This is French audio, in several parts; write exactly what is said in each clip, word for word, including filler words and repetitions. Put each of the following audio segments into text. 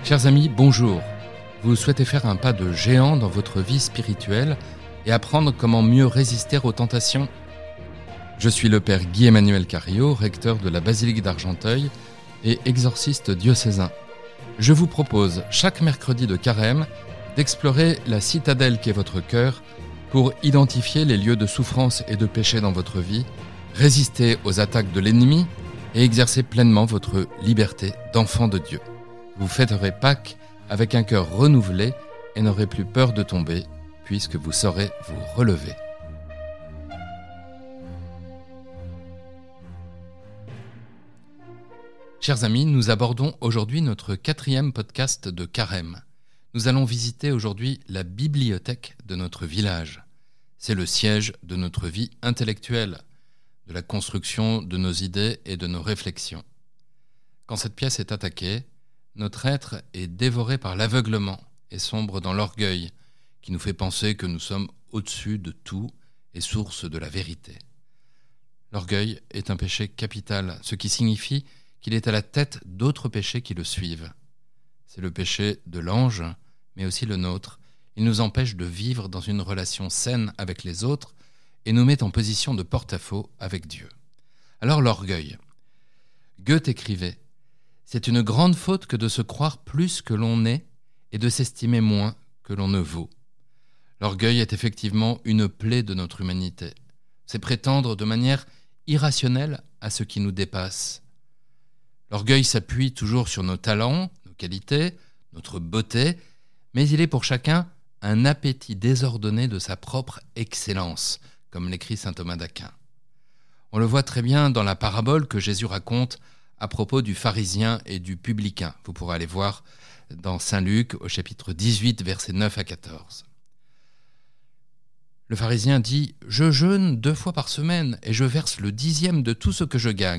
Chers amis, bonjour. Vous souhaitez faire un pas de géant dans votre vie spirituelle et apprendre comment mieux résister aux tentations ? Je suis le père Guy-Emmanuel Cario, recteur de la basilique d'Argenteuil et exorciste diocésain. Je vous propose chaque mercredi de carême d'explorer la citadelle qu'est votre cœur pour identifier les lieux de souffrance et de péché dans votre vie, résister aux attaques de l'ennemi et exercer pleinement votre liberté d'enfant de Dieu. Vous fêterez Pâques avec un cœur renouvelé et n'aurez plus peur de tomber puisque vous saurez vous relever. Chers amis, nous abordons aujourd'hui notre quatrième podcast de carême. Nous allons visiter aujourd'hui la bibliothèque de notre village. C'est le siège de notre vie intellectuelle, de la construction de nos idées et de nos réflexions. Quand cette pièce est attaquée, notre être est dévoré par l'aveuglement et sombre dans l'orgueil qui nous fait penser que nous sommes au-dessus de tout et source de la vérité. L'orgueil est un péché capital, ce qui signifie qu'il est à la tête d'autres péchés qui le suivent. C'est le péché de l'ange, mais aussi le nôtre. Il nous empêche de vivre dans une relation saine avec les autres et nous met en position de porte-à-faux avec Dieu. Alors l'orgueil. Goethe écrivait « C'est une grande faute que de se croire plus que l'on est et de s'estimer moins que l'on ne vaut. » L'orgueil est effectivement une plaie de notre humanité. C'est prétendre de manière irrationnelle à ce qui nous dépasse. L'orgueil s'appuie toujours sur nos talents, nos qualités, notre beauté, mais il est pour chacun un appétit désordonné de sa propre excellence, comme l'écrit saint Thomas d'Aquin. On le voit très bien dans la parabole que Jésus raconte à propos du pharisien et du publicain. Vous pourrez aller voir dans saint Luc au chapitre dix-huit, versets neuf à quatorze. Le pharisien dit « Je jeûne deux fois par semaine et je verse le dixième de tout ce que je gagne. »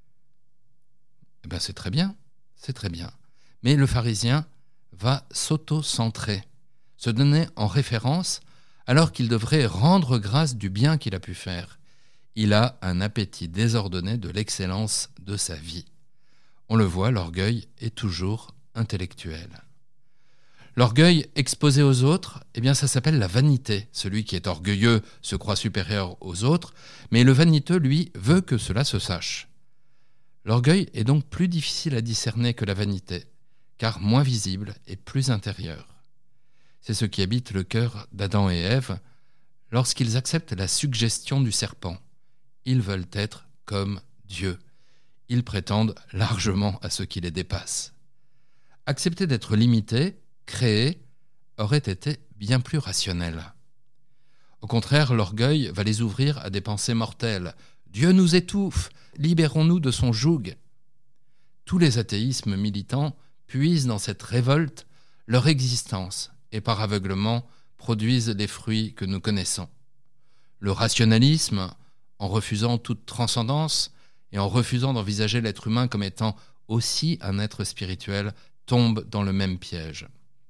Eh bien, c'est très bien, c'est très bien. Mais le pharisien va s'auto-centrer, se donner en référence alors qu'il devrait rendre grâce du bien qu'il a pu faire. Il a un appétit désordonné de l'excellence de sa vie. On le voit, l'orgueil est toujours intellectuel. L'orgueil exposé aux autres, eh bien, ça s'appelle la vanité. Celui qui est orgueilleux se croit supérieur aux autres, mais le vaniteux, lui, veut que cela se sache. L'orgueil est donc plus difficile à discerner que la vanité, car moins visible et plus intérieur. C'est ce qui habite le cœur d'Adam et Ève lorsqu'ils acceptent la suggestion du serpent. Ils veulent être comme Dieu. Ils prétendent largement à ce qui les dépasse. Accepter d'être limité, créé, aurait été bien plus rationnel. Au contraire, l'orgueil va les ouvrir à des pensées mortelles. Dieu nous étouffe, libérons-nous de son joug. Tous les athéismes militants puisent dans cette révolte leur existence et par aveuglement produisent les fruits que nous connaissons. Le rationalisme, en refusant toute transcendance et en refusant d'envisager l'être humain comme étant aussi un être spirituel, tombe dans le même piège.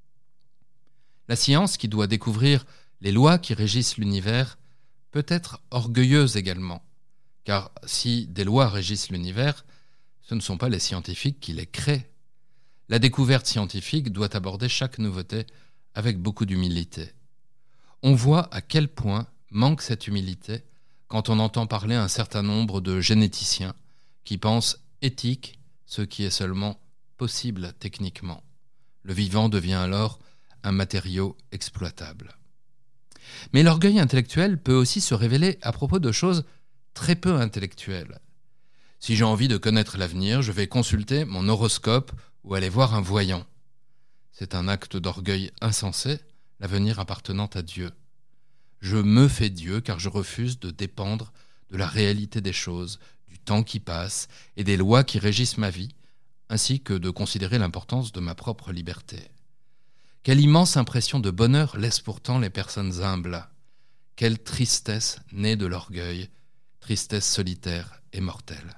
La science, qui doit découvrir les lois qui régissent l'univers, peut être orgueilleuse également, car si des lois régissent l'univers, ce ne sont pas les scientifiques qui les créent. La découverte scientifique doit aborder chaque nouveauté avec beaucoup d'humilité. On voit à quel point manque cette humilité quand on entend parler un certain nombre de généticiens qui pensent éthique ce qui est seulement possible techniquement. Le vivant devient alors un matériau exploitable. Mais l'orgueil intellectuel peut aussi se révéler à propos de choses très peu intellectuelles. Si j'ai envie de connaître l'avenir, je vais consulter mon horoscope ou aller voir un voyant. C'est un acte d'orgueil insensé, l'avenir appartenant à Dieu. Je me fais Dieu car je refuse de dépendre de la réalité des choses, du temps qui passe et des lois qui régissent ma vie, ainsi que de considérer l'importance de ma propre liberté. Quelle immense impression de bonheur laissent pourtant les personnes humbles. Quelle tristesse née de l'orgueil, tristesse solitaire et mortelle.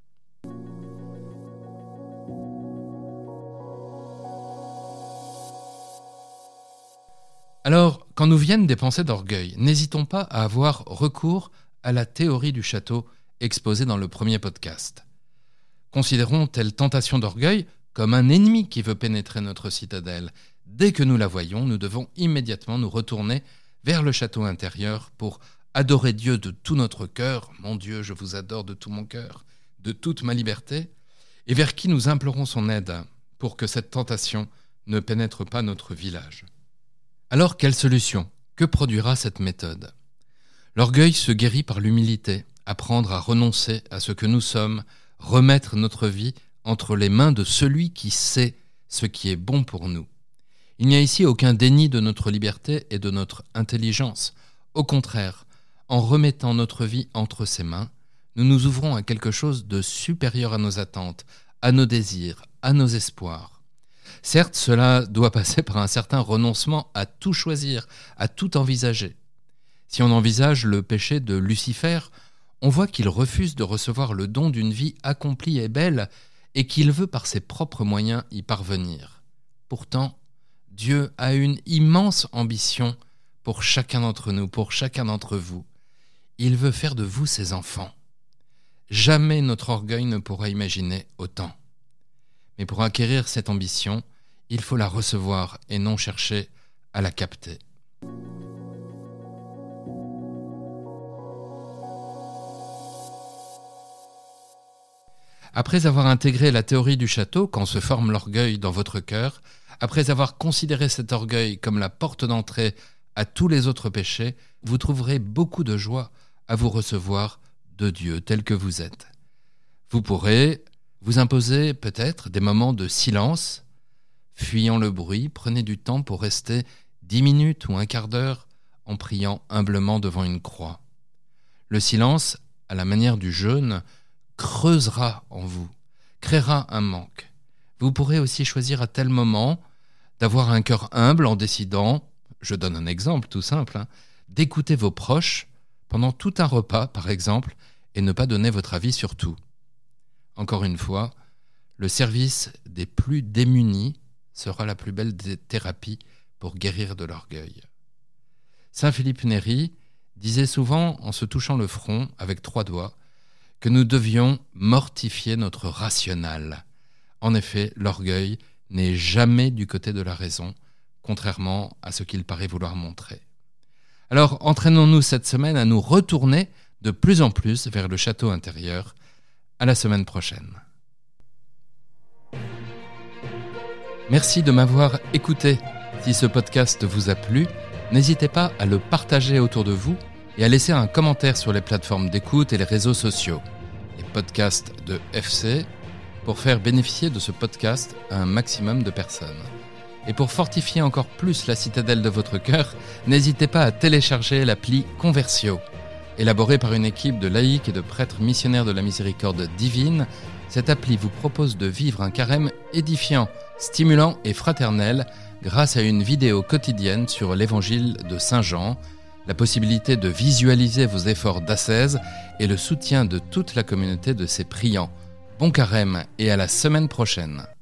Alors, quand nous viennent des pensées d'orgueil, n'hésitons pas à avoir recours à la théorie du château exposée dans le premier podcast. Considérons telle tentation d'orgueil comme un ennemi qui veut pénétrer notre citadelle. Dès que nous la voyons, nous devons immédiatement nous retourner vers le château intérieur pour adorer Dieu de tout notre cœur. Mon Dieu, je vous adore de tout mon cœur, de toute ma liberté, et vers qui nous implorons son aide pour que cette tentation ne pénètre pas notre village. Alors, quelle solution ? Que produira cette méthode ? L'orgueil se guérit par l'humilité, apprendre à renoncer à ce que nous sommes, remettre notre vie entre les mains de celui qui sait ce qui est bon pour nous. Il n'y a ici aucun déni de notre liberté et de notre intelligence. Au contraire, en remettant notre vie entre ses mains, nous nous ouvrons à quelque chose de supérieur à nos attentes, à nos désirs, à nos espoirs. Certes, cela doit passer par un certain renoncement à tout choisir, à tout envisager. Si on envisage le péché de Lucifer, on voit qu'il refuse de recevoir le don d'une vie accomplie et belle et qu'il veut par ses propres moyens y parvenir. Pourtant, Dieu a une immense ambition pour chacun d'entre nous, pour chacun d'entre vous. Il veut faire de vous ses enfants. Jamais notre orgueil ne pourra imaginer autant. Mais pour acquérir cette ambition, il faut la recevoir et non chercher à la capter. Après avoir intégré la théorie du château, quand se forme l'orgueil dans votre cœur, après avoir considéré cet orgueil comme la porte d'entrée à tous les autres péchés, vous trouverez beaucoup de joie à vous recevoir de Dieu tel que vous êtes. Vous pourrez vous imposer peut-être des moments de silence, fuyant le bruit, prenez du temps pour rester dix minutes ou un quart d'heure en priant humblement devant une croix. Le silence, à la manière du jeûne, creusera en vous, créera un manque. Vous pourrez aussi choisir à tel moment d'avoir un cœur humble en décidant, je donne un exemple tout simple, hein, d'écouter vos proches pendant tout un repas, par exemple, et ne pas donner votre avis sur tout. Encore une fois, le service des plus démunis sera la plus belle des thérapies pour guérir de l'orgueil. Saint Philippe Néri disait souvent, en se touchant le front avec trois doigts, que nous devions mortifier notre rationnel. En effet, l'orgueil n'est jamais du côté de la raison, contrairement à ce qu'il paraît vouloir montrer. Alors, entraînons-nous cette semaine à nous retourner de plus en plus vers le château intérieur. À la semaine prochaine. Merci de m'avoir écouté. Si ce podcast vous a plu, n'hésitez pas à le partager autour de vous et à laisser un commentaire sur les plateformes d'écoute et les réseaux sociaux, les podcasts de F C, pour faire bénéficier de ce podcast à un maximum de personnes. Et pour fortifier encore plus la citadelle de votre cœur, n'hésitez pas à télécharger l'appli Conversio. Élaborée par une équipe de laïcs et de prêtres missionnaires de la miséricorde divine, cette appli vous propose de vivre un carême édifiant, stimulant et fraternel grâce à une vidéo quotidienne sur l'évangile de Saint Jean, la possibilité de visualiser vos efforts d'ascèse et le soutien de toute la communauté de ses priants. Bon carême et à la semaine prochaine.